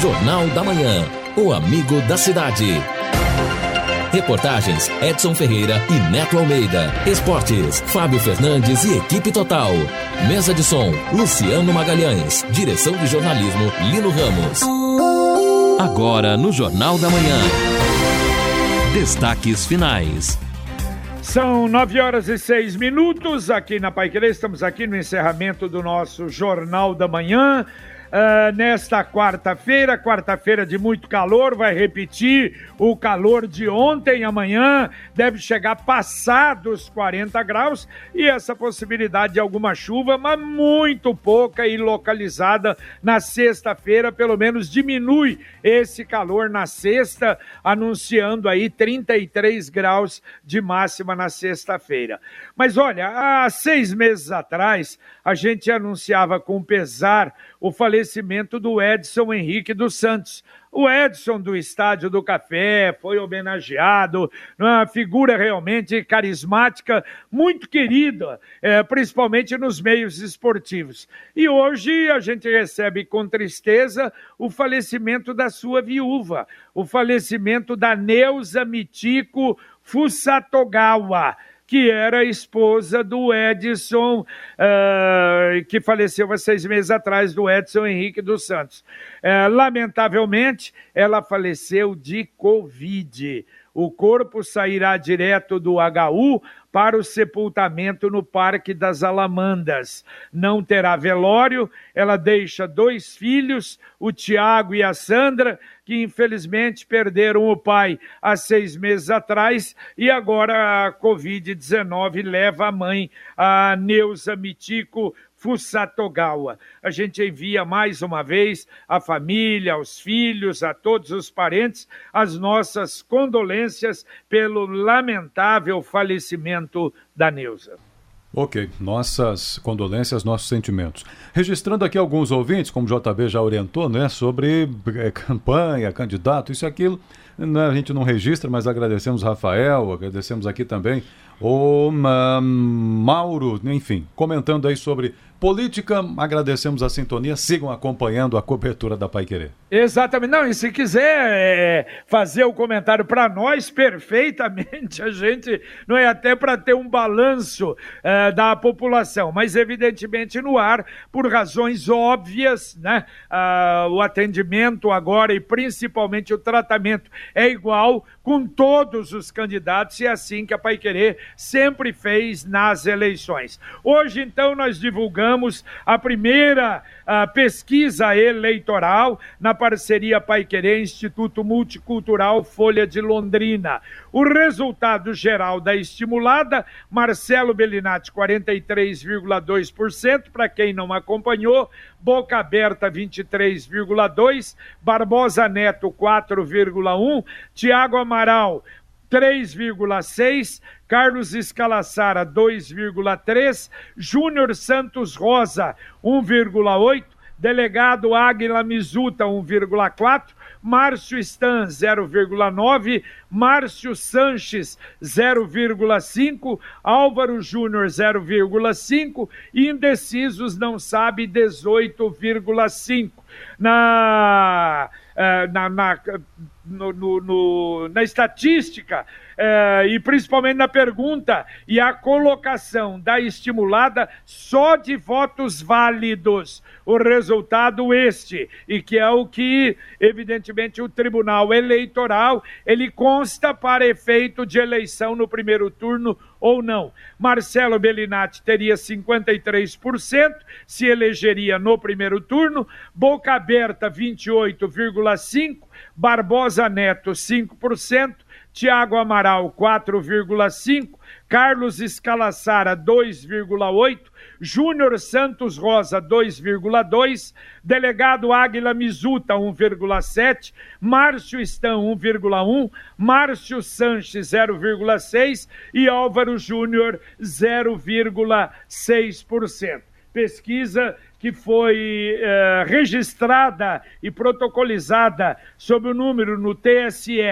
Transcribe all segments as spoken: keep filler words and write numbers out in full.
Jornal da Manhã, o amigo da cidade. Reportagens Edson Ferreira e Neto Almeida. Esportes, Fábio Fernandes e equipe total. Mesa de som, Luciano Magalhães. Direção de jornalismo, Lino Ramos. Agora no Jornal da Manhã. Destaques finais. São nove horas e seis minutos aqui na Paiquerê. Estamos aqui no encerramento do nosso Jornal da Manhã. Uh, nesta quarta-feira, quarta-feira de muito calor, vai repetir o calor de ontem. Amanhã deve chegar passar dos quarenta graus e essa possibilidade de alguma chuva, mas muito pouca e localizada na sexta-feira, pelo menos diminui esse calor na sexta, anunciando aí trinta e três graus de máxima na sexta-feira. Mas olha, há seis meses atrás, a gente anunciava com pesar o falecimento do Edson Henrique dos Santos. O Edson do Estádio do Café foi homenageado, uma figura realmente carismática, muito querida, é, principalmente nos meios esportivos. E hoje a gente recebe com tristeza o falecimento da sua viúva, o falecimento da Neuza Mitiko Fusatogawa, que era esposa do Edson, uh, que faleceu há seis meses atrás, do Edson Henrique dos Santos. Uh, lamentavelmente, ela faleceu de Covid. O corpo sairá direto do H U para o sepultamento no Parque das Alamandas. Não terá velório, ela deixa dois filhos, o Tiago e a Sandra, que infelizmente perderam o pai há seis meses atrás, e agora a covid dezenove leva a mãe, a Neuza Mitiko Fusatogawa. A gente envia mais uma vez à família, aos filhos, a todos os parentes, as nossas condolências pelo lamentável falecimento da Neuza. Ok, nossas condolências, nossos sentimentos. Registrando aqui alguns ouvintes, como o J B já orientou, né, sobre é, campanha, candidato, isso e aquilo, né, a gente não registra, mas agradecemos Rafael, agradecemos aqui também o um, Mauro, enfim, comentando aí sobre política, agradecemos a sintonia, sigam acompanhando a cobertura da Paiquerê. Exatamente, não, e se quiser é, fazer o comentário para nós, perfeitamente, a gente, não é até para ter um balanço é, da população, mas evidentemente no ar, por razões óbvias, né, ah, o atendimento agora e principalmente o tratamento é igual com todos os candidatos e é assim que a Paiquerê sempre fez nas eleições. Hoje, então, nós divulgamos a primeira a pesquisa eleitoral na parceria Paiquerê Instituto Multicultural Folha de Londrina. O resultado geral da estimulada, Marcelo Bellinati, quarenta e três vírgula dois por cento, para quem não acompanhou, Boca Aberta, vinte e três vírgula dois por cento, Barbosa Neto, quatro vírgula um por cento, Tiago Amaral, três vírgula seis por cento, Carlos Escalassara, dois vírgula três por cento, Júnior Santos Rosa, um vírgula oito por cento, Delegado Águila Mizuta, um vírgula quatro por cento, Márcio Stan, zero vírgula nove por cento, Márcio Sanches, zero vírgula cinco por cento, Álvaro Júnior, zero vírgula cinco por cento, e indecisos não sabe, dezoito vírgula cinco por cento. Na, na, na, no, no, no, na estatística eh, e principalmente na pergunta e a colocação da estimulada só de votos válidos, o resultado este, e que é o que evidentemente o Tribunal Eleitoral ele consta para efeito de eleição no primeiro turno ou não. Marcelo Bellinati teria cinquenta e três por cento, se elegeria no primeiro turno, Boca Aberta vinte e oito vírgula cinco por cento, Barbosa Neto cinco por cento, Tiago Amaral quatro vírgula cinco por cento, Carlos Escalassara dois vírgula oito por cento, Júnior Santos Rosa dois vírgula dois por cento, Delegado Águila Mizuta um vírgula sete por cento, Márcio Stan um vírgula um por cento, Márcio Sanches zero vírgula seis por cento e Álvaro Júnior zero vírgula seis por cento. Pesquisa que foi eh, registrada e protocolizada sob o número no T S E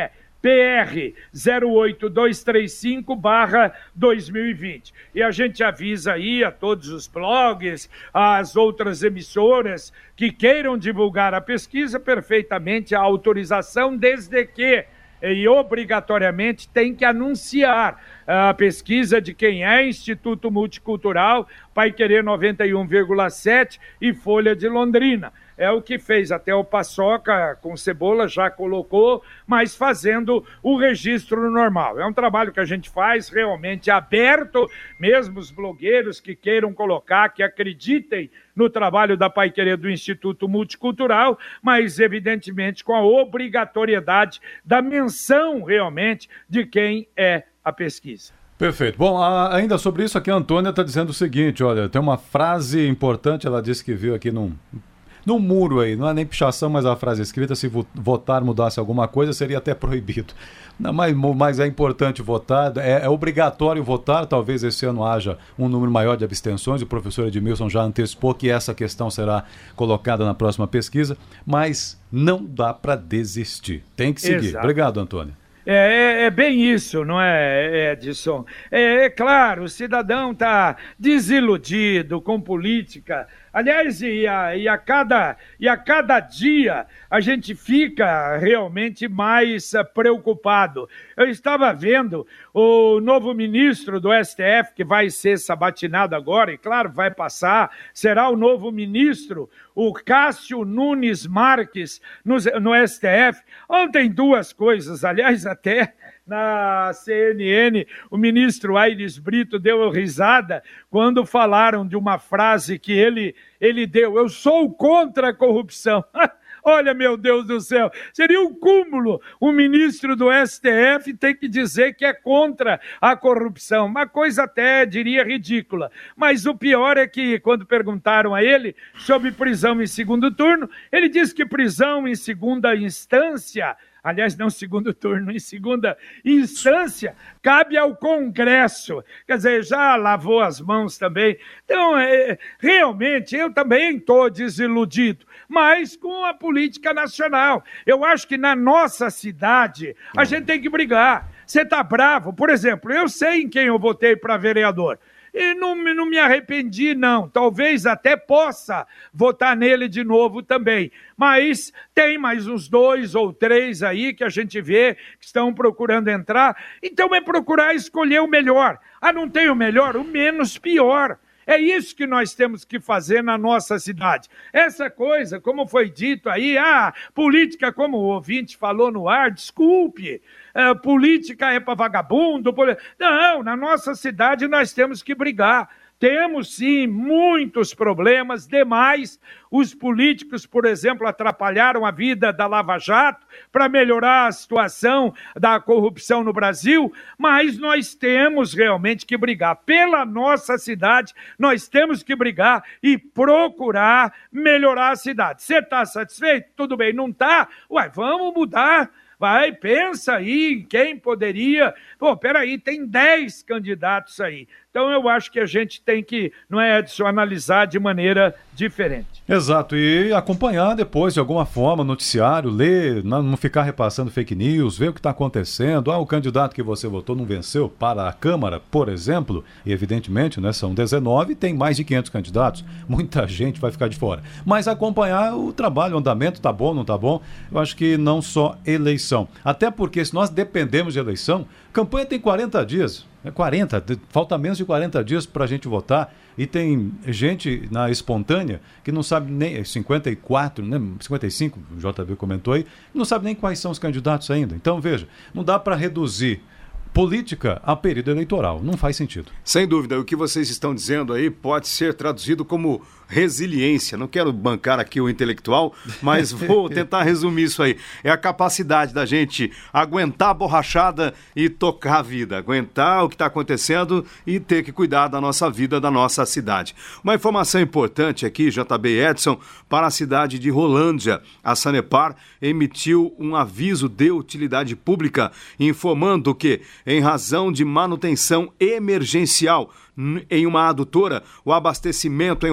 P R zero oito dois três cinco barra dois mil e vinte. E a gente avisa aí a todos os blogs, as outras emissoras que queiram divulgar a pesquisa, perfeitamente a autorização, desde que e obrigatoriamente tem que anunciar a pesquisa de quem é Instituto Multicultural, Paiquerê noventa e um vírgula sete e Folha de Londrina. É o que fez até o Paçoca com Cebola, já colocou, mas fazendo o registro normal. É um trabalho que a gente faz realmente aberto, mesmo os blogueiros que queiram colocar, que acreditem no trabalho da Paiquerê do Instituto Multicultural, mas evidentemente com a obrigatoriedade da menção realmente de quem é a pesquisa. Perfeito. Bom, a, ainda sobre isso aqui a Antônia está dizendo o seguinte, olha, tem uma frase importante, ela disse que viu aqui num... no muro aí, não é nem pichação, mas a frase escrita, se votar mudasse alguma coisa, seria até proibido. Não, mas, mas é importante votar, é, é obrigatório votar, talvez esse ano haja um número maior de abstenções, o professor Edmilson já antecipou que essa questão será colocada na próxima pesquisa, mas não dá para desistir, tem que seguir. Exato. Obrigado, Antônio. É, é, é bem isso, não é, Edson? É, é claro, o cidadão está desiludido com política. Aliás, e a, e, a cada, e a cada dia a gente fica realmente mais uh, preocupado. Eu estava vendo o novo ministro do S T F, que vai ser sabatinado agora, e claro, vai passar, será o novo ministro, o Cássio Nunes Marques, no, no S T F. Ontem duas coisas, aliás, até... na C N N, o ministro Aires Brito deu risada quando falaram de uma frase que ele, ele deu: eu sou contra a corrupção. Olha, meu Deus do céu, seria um cúmulo o ministro do S T F ter que dizer que é contra a corrupção, uma coisa até, diria, ridícula. Mas o pior é que, quando perguntaram a ele sobre prisão em segundo turno, ele disse que prisão em segunda instância, aliás, não segundo turno, em segunda instância, cabe ao Congresso. Quer dizer, já lavou as mãos também. Então, é, realmente, eu também estou desiludido, mas com a política nacional. Eu acho que na nossa cidade, a gente tem que brigar. Você está bravo? Por exemplo, eu sei em quem eu votei para vereador. E não, não me arrependi, não. Talvez até possa votar nele de novo também. Mas tem mais uns dois ou três aí que a gente vê que estão procurando entrar. Então é procurar escolher o melhor. Ah, não tem o melhor? O menos pior. É isso que nós temos que fazer na nossa cidade. Essa coisa, como foi dito aí, ah, política, como o ouvinte falou no ar, desculpe, uh, política é para vagabundo. Poli... Não, na nossa cidade nós temos que brigar. Temos, sim, muitos problemas demais. Os políticos, por exemplo, atrapalharam a vida da Lava Jato para melhorar a situação da corrupção no Brasil, mas nós temos realmente que brigar. Pela nossa cidade, nós temos que brigar e procurar melhorar a cidade. Você está satisfeito? Tudo bem. Não está? Ué, vamos mudar. Vai, pensa aí em quem poderia... Pô, peraí, tem dez candidatos aí. Então eu acho que a gente tem que, não é, Edson, analisar de maneira diferente. Exato, e acompanhar depois de alguma forma o noticiário, ler, não ficar repassando fake news, ver o que está acontecendo. Ah, o candidato que você votou não venceu para a Câmara, por exemplo, e evidentemente, né, são dezenove, tem mais de quinhentos candidatos. Muita gente vai ficar de fora. Mas acompanhar o trabalho, o andamento, tá bom, não tá bom, eu acho que não só eleição. Até porque se nós dependemos de eleição, campanha tem quarenta dias. É quarenta, falta menos de quarenta dias para a gente votar, e tem gente na espontânea que não sabe nem, cinquenta e quatro, né, cinquenta e cinco, o J B comentou aí, não sabe nem quais são os candidatos ainda. Então, veja, não dá para reduzir política a período eleitoral, não faz sentido. Sem dúvida, o que vocês estão dizendo aí pode ser traduzido como resiliência. Não quero bancar aqui o intelectual, mas vou tentar resumir isso aí. É a capacidade da gente aguentar a borrachada e tocar a vida, aguentar o que está acontecendo e ter que cuidar da nossa vida, da nossa cidade. Uma informação importante aqui, J B Edson, para a cidade de Rolândia. A Sanepar emitiu um aviso de utilidade pública informando que, em razão de manutenção emergencial em uma adutora, o abastecimento em Rolândia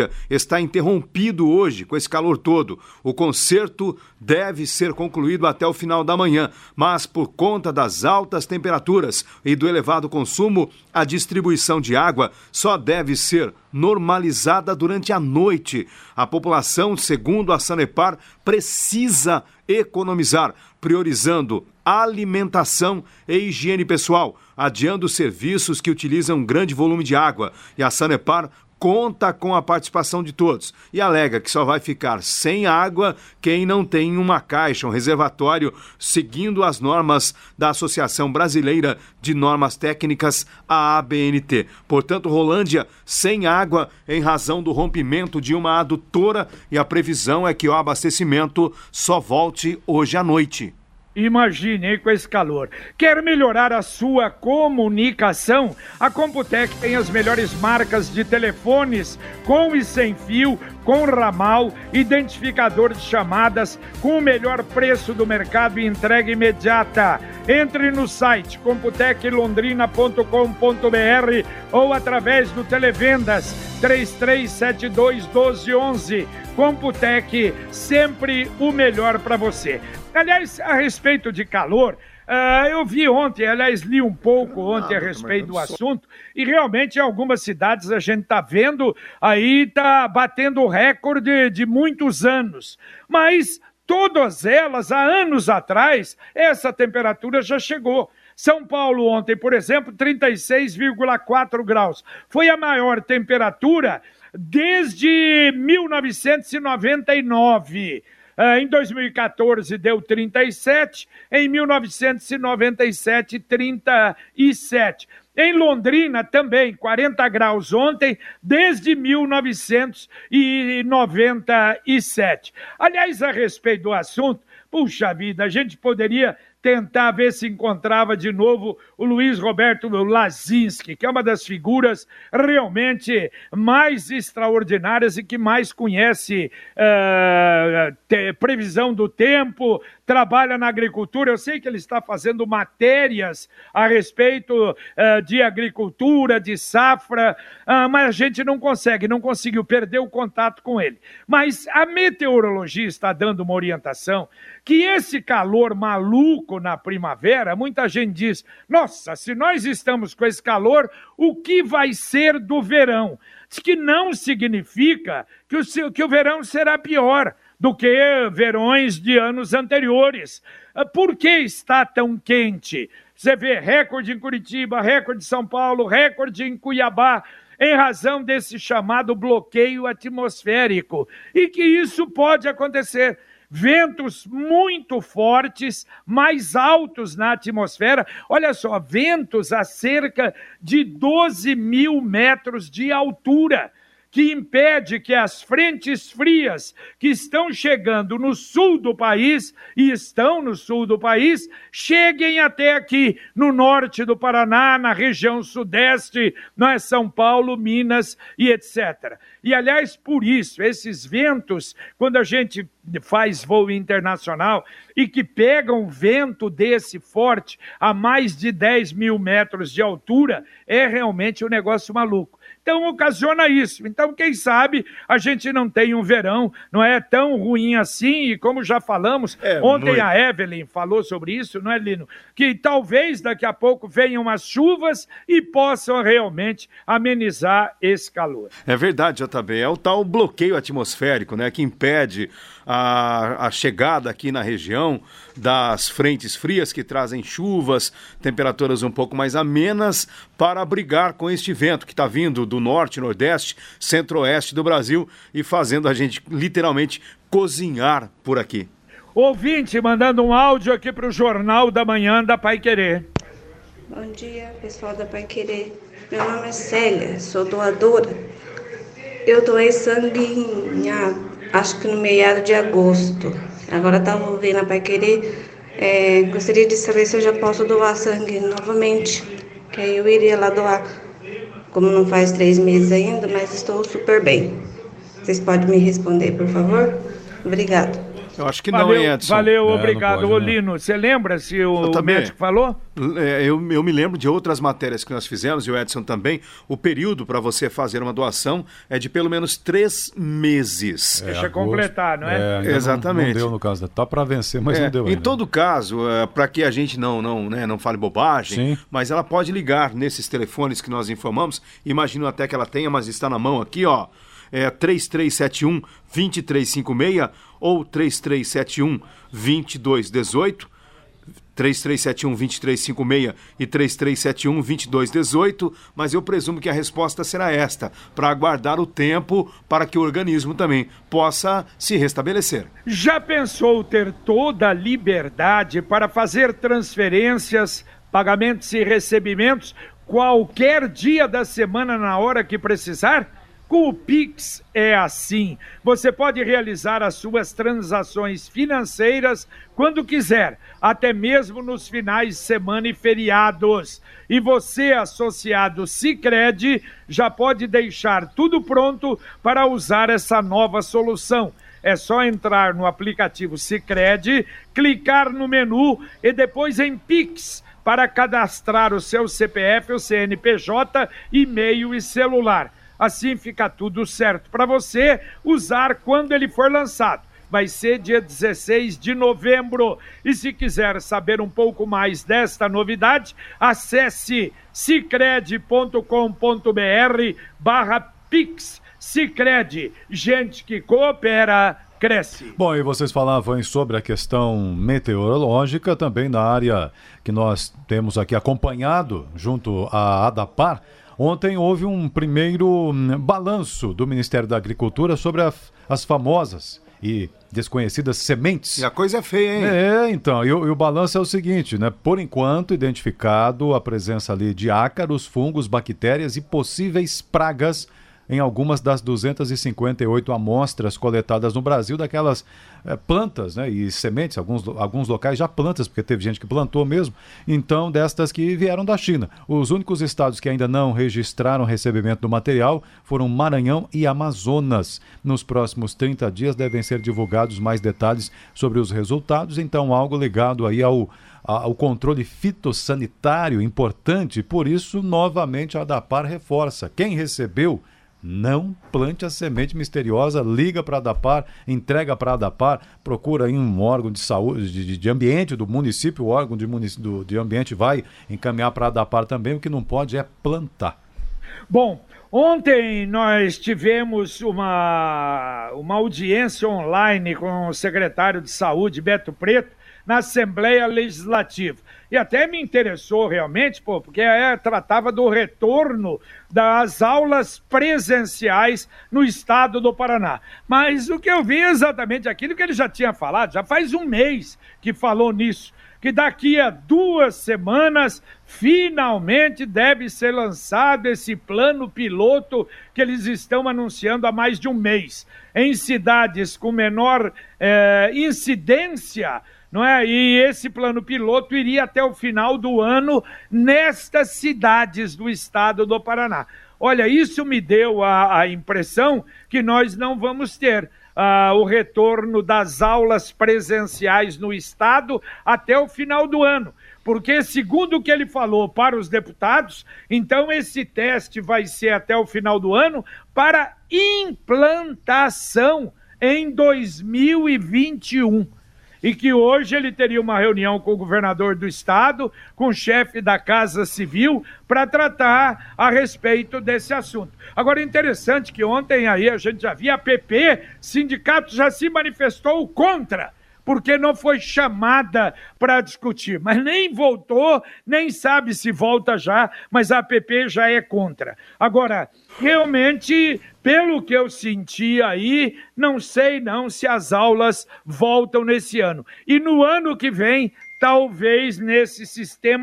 Rolândia está interrompido hoje com esse calor todo. O conserto deve ser concluído até o final da manhã, mas por conta das altas temperaturas e do elevado consumo, a distribuição de água só deve ser normalizada durante a noite. A população, segundo a Sanepar, precisa economizar, priorizando alimentação e higiene pessoal, adiando serviços que utilizam um grande volume de água. E a Sanepar conta com a participação de todos e alega que só vai ficar sem água quem não tem uma caixa, um reservatório, seguindo as normas da Associação Brasileira de Normas Técnicas, a A B N T. Portanto, Rolândia sem água em razão do rompimento de uma adutora, e a previsão é que o abastecimento só volte hoje à noite. Imagine com esse calor. Quer melhorar a sua comunicação? A Computec tem as melhores marcas de telefones com e sem fio, com ramal, identificador de chamadas, com o melhor preço do mercado e entrega imediata. Entre no site computec londrina ponto com ponto b r ou através do Televendas três três sete dois um dois um um. Computec, sempre o melhor para você. Aliás, a respeito de calor, uh, eu vi ontem, aliás, li um pouco ontem a respeito do assunto, e realmente em algumas cidades a gente está vendo, aí está batendo o recorde de muitos anos. Mas todas elas, há anos atrás, essa temperatura já chegou. São Paulo ontem, por exemplo, trinta e seis vírgula quatro graus. Foi a maior temperatura desde mil novecentos e noventa e nove. Uh, em dois mil e quatorze deu trinta e sete, em mil novecentos e noventa e sete, trinta e sete. Em Londrina também, quarenta graus ontem, desde mil novecentos e noventa e sete. Aliás, a respeito do assunto, puxa vida, a gente poderia tentar ver se encontrava de novo o Luiz Roberto Lazinski, que é uma das figuras realmente mais extraordinárias e que mais conhece uh, te, previsão do tempo, trabalha na agricultura. Eu sei que ele está fazendo matérias a respeito uh, de agricultura, de safra, uh, mas a gente não consegue, não conseguiu, perder o contato com ele. Mas a meteorologia está dando uma orientação que esse calor maluco na primavera, muita gente diz, nossa, se nós estamos com esse calor, o que vai ser do verão? Diz que não significa que o, que o verão será pior do que verões de anos anteriores. Por que está tão quente? Você vê recorde em Curitiba, recorde em São Paulo, recorde em Cuiabá, em razão desse chamado bloqueio atmosférico. E que isso pode acontecer. Ventos muito fortes, mais altos na atmosfera. Olha só, ventos a cerca de doze mil metros de altura, que impede que as frentes frias que estão chegando no sul do país, e estão no sul do país, cheguem até aqui, no norte do Paraná, na região sudeste, não é, São Paulo, Minas e etcétera. E, aliás, por isso, esses ventos, quando a gente faz voo internacional e que pegam um vento desse forte a mais de dez mil metros de altura, é realmente um negócio maluco. Então ocasiona isso. Então, quem sabe a gente não tem um verão, não é tão ruim assim, e como já falamos, é, ontem muito... a Evelyn falou sobre isso, não é, Lino? Que talvez daqui a pouco venham umas chuvas e possam realmente amenizar esse calor. É verdade, J B, é o tal bloqueio atmosférico, né, que impede a, a chegada aqui na região das frentes frias que trazem chuvas, temperaturas um pouco mais amenas para brigar com este vento que está vindo do norte, nordeste, centro-oeste do Brasil e fazendo a gente literalmente cozinhar por aqui. Ouvinte mandando um áudio aqui para o Jornal da Manhã da Paiquerê. Bom dia, pessoal da Paiquerê. Meu nome é Célia, sou doadora. Eu doei sangue em, acho que no meado de agosto. Agora estava ouvindo a Paiquerê. É, gostaria de saber se eu já posso doar sangue novamente, que aí eu iria lá doar. Como não faz três meses ainda, mas estou super bem. Vocês podem me responder, por favor? Obrigada. Eu acho que valeu, não, hein, Edson? Valeu, É, obrigado. pode, Ô, né? Lino, você lembra se o, o médico falou? É, eu, eu me lembro de outras matérias que nós fizemos, e o Edson também. O período para você fazer uma doação é de pelo menos três meses. É, Deixa agosto. completar, não é? ainda Exatamente. Não, não deu no caso, da- tá para vencer, mas É, não deu em ainda. todo caso, para que a gente não, não, né, não fale bobagem, Sim. mas ela pode ligar nesses telefones que nós informamos. Imagino até que ela tenha, mas está na mão aqui, ó. É três três sete um, dois três cinco seis ou três três sete um, dois dois um oito. três três sete um, dois três cinco seis e três três sete um, dois dois um oito, mas eu presumo que a resposta será esta, para aguardar o tempo para que o organismo também possa se restabelecer. Já pensou ter toda a liberdade para fazer transferências, pagamentos e recebimentos qualquer dia da semana na hora que precisar? Com o Pix é assim. Você pode realizar as suas transações financeiras quando quiser, até mesmo nos finais de semana e feriados. E você, associado Sicredi, já pode deixar tudo pronto para usar essa nova solução. É só entrar no aplicativo Sicredi, clicar no menu e depois em Pix para cadastrar o seu C P F, o C N P J, e-mail e celular. Assim fica tudo certo para você usar quando ele for lançado. Vai ser dia dezesseis de novembro. E se quiser saber um pouco mais desta novidade, acesse sicredi.com.br barra Pix. Sicredi, gente que coopera, cresce. Bom, e vocês falavam sobre a questão meteorológica, também na área que nós temos aqui acompanhado junto à ADAPAR. Ontem houve um primeiro balanço do Ministério da Agricultura sobre a, as famosas e desconhecidas sementes. E a coisa é feia, hein? É, então, e, o- e o balanço é o seguinte, né? Por enquanto, identificado a presença ali de ácaros, fungos, bactérias e possíveis pragas em algumas das duzentas e cinquenta e oito amostras coletadas no Brasil daquelas eh, plantas, né, e sementes, alguns, lo- alguns locais já plantas, porque teve gente que plantou mesmo, então destas que vieram da China. Os únicos estados que ainda não registraram recebimento do material foram Maranhão e Amazonas. Nos próximos trinta dias devem ser divulgados mais detalhes sobre os resultados, então algo ligado aí ao ao controle fitossanitário importante. Por isso, novamente, a ADAPAR reforça. Quem recebeu, não plante a semente misteriosa, liga para a ADAPAR, entrega para a ADAPAR, procura aí um órgão de saúde, de, de ambiente do município, o órgão de, munic... do, de ambiente vai encaminhar para a ADAPAR também. O que não pode é plantar. Bom, ontem nós tivemos uma, uma audiência online com o secretário de Saúde, Beto Preto, na Assembleia Legislativa. E até me interessou realmente, pô, porque é, tratava do retorno das aulas presenciais no estado do Paraná. Mas o que eu vi é exatamente aquilo que ele já tinha falado, já faz um mês que falou nisso, que daqui a duas semanas, finalmente deve ser lançado esse plano piloto que eles estão anunciando há mais de um mês, em cidades com menor eh, incidência, não é? E esse plano piloto iria até o final do ano nestas cidades do estado do Paraná. Olha, isso me deu a, a impressão que nós não vamos ter ah, o retorno das aulas presenciais no estado até o final do ano. Porque, segundo o que ele falou para os deputados, então esse teste vai ser até o final do ano para implantação em dois mil e vinte e um. E que hoje ele teria uma reunião com o governador do estado, com o chefe da Casa Civil, para tratar a respeito desse assunto. Agora, interessante que ontem aí a gente já via a P P, sindicato já se manifestou contra, porque não foi chamada para discutir, mas nem voltou, nem sabe se volta já, mas a P P já é contra. Agora, realmente, pelo que eu senti aí, não sei não se as aulas voltam nesse ano. E no ano que vem, talvez nesse sistema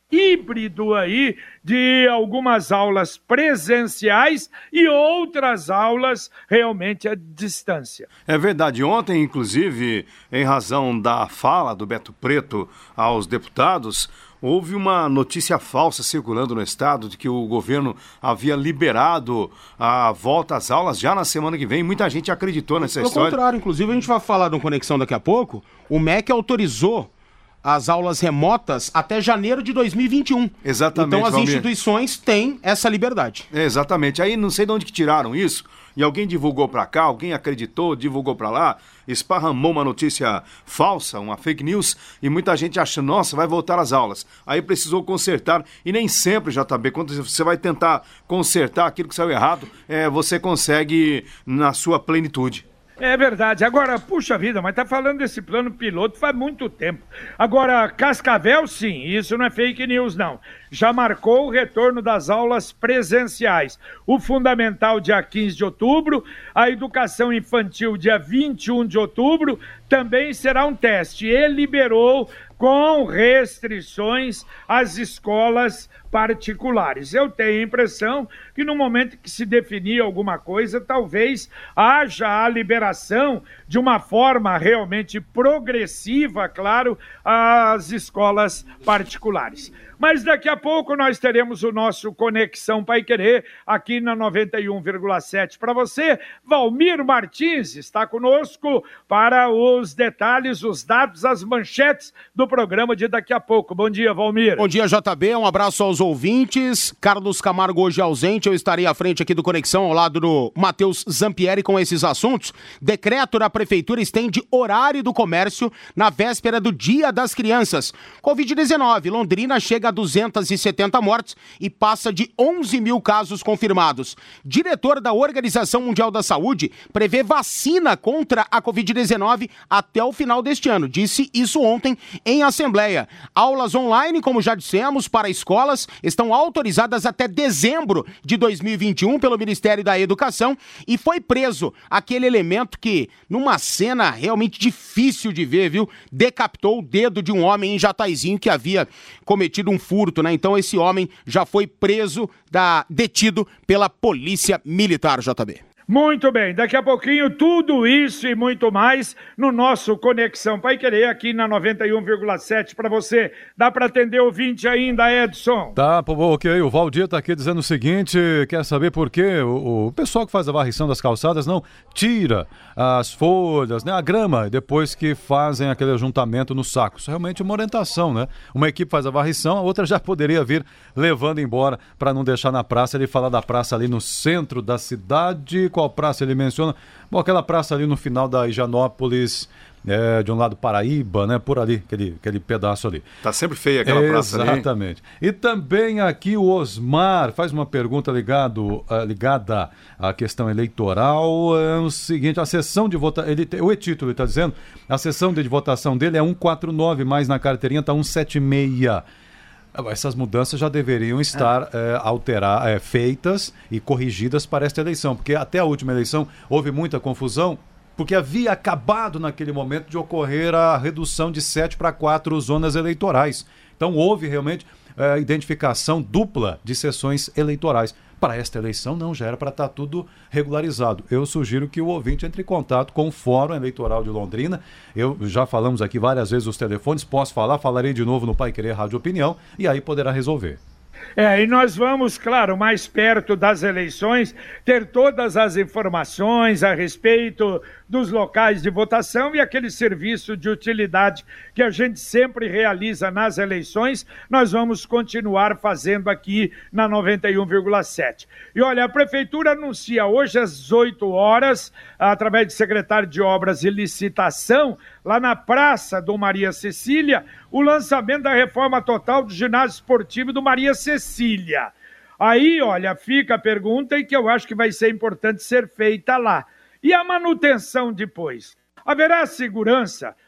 híbrido aí de algumas aulas presenciais e outras aulas realmente à distância. É verdade. Ontem, inclusive, em razão da fala do Beto Preto aos deputados, houve uma notícia falsa circulando no estado de que o governo havia liberado a volta às aulas já na semana que vem. Muita gente acreditou nessa Pelo história. Pelo contrário, inclusive a gente vai falar no Conexão daqui a pouco, o M E C autorizou as aulas remotas até janeiro de dois mil e vinte e um. Exatamente, Então as Valmir. instituições têm essa liberdade. É, exatamente. Aí não sei de onde que tiraram isso, e alguém divulgou pra cá, alguém acreditou, divulgou pra lá, esparramou uma notícia falsa, uma fake news, e muita gente acha, nossa, vai voltar às aulas. Aí precisou consertar, e nem sempre, J B, quando você vai tentar consertar aquilo que saiu errado, é, você consegue na sua plenitude. É verdade. Agora, puxa vida, mas tá falando desse plano piloto faz muito tempo. Agora, Cascavel, sim, isso não é fake news, não. Já marcou o retorno das aulas presenciais. O fundamental, dia quinze de outubro, a educação infantil, dia vinte e um de outubro, também será um teste. E liberou com restrições às escolas particulares. Eu tenho a impressão que no momento que se definir alguma coisa, talvez haja a liberação de uma forma realmente progressiva, claro, às escolas particulares. Mas daqui a pouco nós teremos o nosso Conexão Paiquerê aqui na noventa e um vírgula sete para você. Valmir Martins está conosco para os detalhes, os dados, as manchetes do programa de daqui a pouco. Bom dia, Valmir. Bom dia, J B. Um abraço aos ouvintes. Carlos Camargo hoje ausente. Eu estarei à frente aqui do Conexão ao lado do Matheus Zampieri com esses assuntos. Decreto da Prefeitura estende horário do comércio na véspera do Dia das Crianças. covid dezenove. Londrina chega a duzentas e setenta mortes e passa de onze mil casos confirmados. Diretor da Organização Mundial da Saúde prevê vacina contra a covid dezenove até o final deste ano. Disse isso ontem em Assembleia. Aulas online, como já dissemos, para escolas estão autorizadas até dezembro de dois mil e vinte e um pelo Ministério da Educação e foi preso aquele elemento que, numa cena realmente difícil de ver, viu, decapitou o dedo de um homem em Jataizinho que havia cometido um furto, né? Então esse homem já foi preso, da, detido pela Polícia Militar, J B. Muito bem, daqui a pouquinho tudo isso e muito mais no nosso Conexão Paiquerê aqui na noventa e um vírgula sete para você. Dá para atender o ouvinte ainda, Edson? Tá, ok. O Valdir tá aqui dizendo o seguinte, quer saber por quê? O, o pessoal que faz a varrição das calçadas não tira as folhas, né, a grama, depois que fazem aquele ajuntamento no saco. Isso é realmente uma orientação, né? Uma equipe faz a varrição, a outra já poderia vir levando embora para não deixar na praça. Ele fala da praça ali no centro da cidade. Qual praça ele menciona? Bom, aquela praça ali no final da Higienópolis, é, de um lado Paraíba, né? Por ali, aquele, aquele pedaço ali. Tá sempre feia aquela é, praça ali. Exatamente. E também aqui o Osmar faz uma pergunta ligado, uh, ligada à questão eleitoral. É o seguinte, a sessão de votação, ele, o e-título está dizendo, a sessão de votação dele é cento e quarenta e nove, mas na carteirinha está cento e setenta e seis. Essas mudanças já deveriam estar é. É, alterar, é, feitas e corrigidas para esta eleição, porque até a última eleição houve muita confusão, porque havia acabado naquele momento de ocorrer a redução de sete para quatro zonas eleitorais. Então houve realmente é, identificação dupla de sessões eleitorais. Para esta eleição não, já era para estar tudo regularizado. Eu sugiro que o ouvinte entre em contato com o Fórum Eleitoral de Londrina. Eu já falamos aqui várias vezes os telefones, posso falar, falarei de novo no Paiquerê Rádio Opinião e aí poderá resolver. É, e nós vamos, claro, mais perto das eleições, ter todas as informações a respeito dos locais de votação e aquele serviço de utilidade que a gente sempre realiza nas eleições, nós vamos continuar fazendo aqui na noventa e um vírgula sete. E olha, a Prefeitura anuncia hoje às oito horas, através de secretário de Obras e Licitação, lá na Praça do Maria Cecília, o lançamento da reforma total do ginásio esportivo do Maria Cecília. Aí, olha, fica a pergunta e que eu acho que vai ser importante ser feita lá. E a manutenção depois? Haverá segurança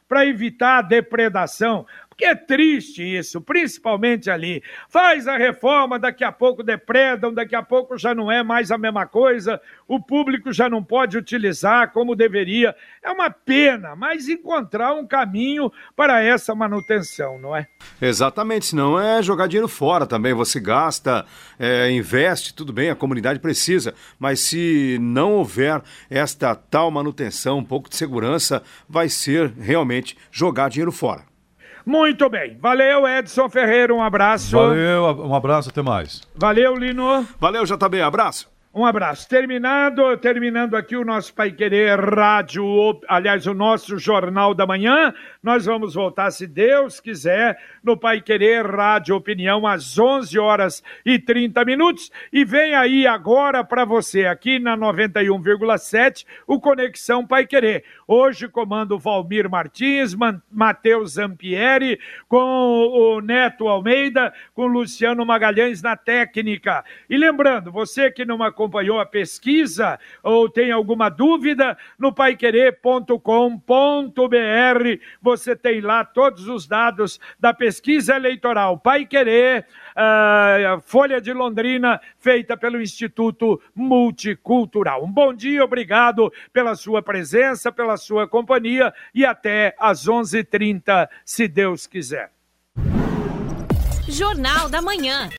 para evitar a depredação. Porque é triste isso, principalmente ali. Faz a reforma, daqui a pouco depredam, daqui a pouco já não é mais a mesma coisa, o público já não pode utilizar como deveria. É uma pena, mas encontrar um caminho para essa manutenção, não é? Exatamente, senão é jogar dinheiro fora também. Você gasta, é, investe, tudo bem, a comunidade precisa, mas se não houver esta tal manutenção, um pouco de segurança, vai ser realmente jogar dinheiro fora. Muito bem. Valeu, Edson Ferreira, um abraço. Valeu, um abraço, até mais. Valeu, Lino. Valeu, J B, abraço. Um abraço. Terminado, terminando aqui o nosso Pai Querer Rádio, aliás, o nosso Jornal da Manhã. Nós vamos voltar, se Deus quiser, no Pai Querer Rádio Opinião, às onze horas e trinta minutos. E vem aí agora para você, aqui na noventa e um vírgula sete, o Conexão Pai Querer. Hoje comando Valmir Martins, Matheus Zampieri, com o Neto Almeida, com Luciano Magalhães na técnica. E lembrando, você que não acompanhou a pesquisa ou tem alguma dúvida, no pai querer ponto com ponto b r você tem lá todos os dados da pesquisa eleitoral Pai Querer, uh, Folha de Londrina, feita pelo Instituto Multicultural. Um bom dia, obrigado pela sua presença, pela sua companhia e até às onze e trinta, se Deus quiser. Jornal da Manhã.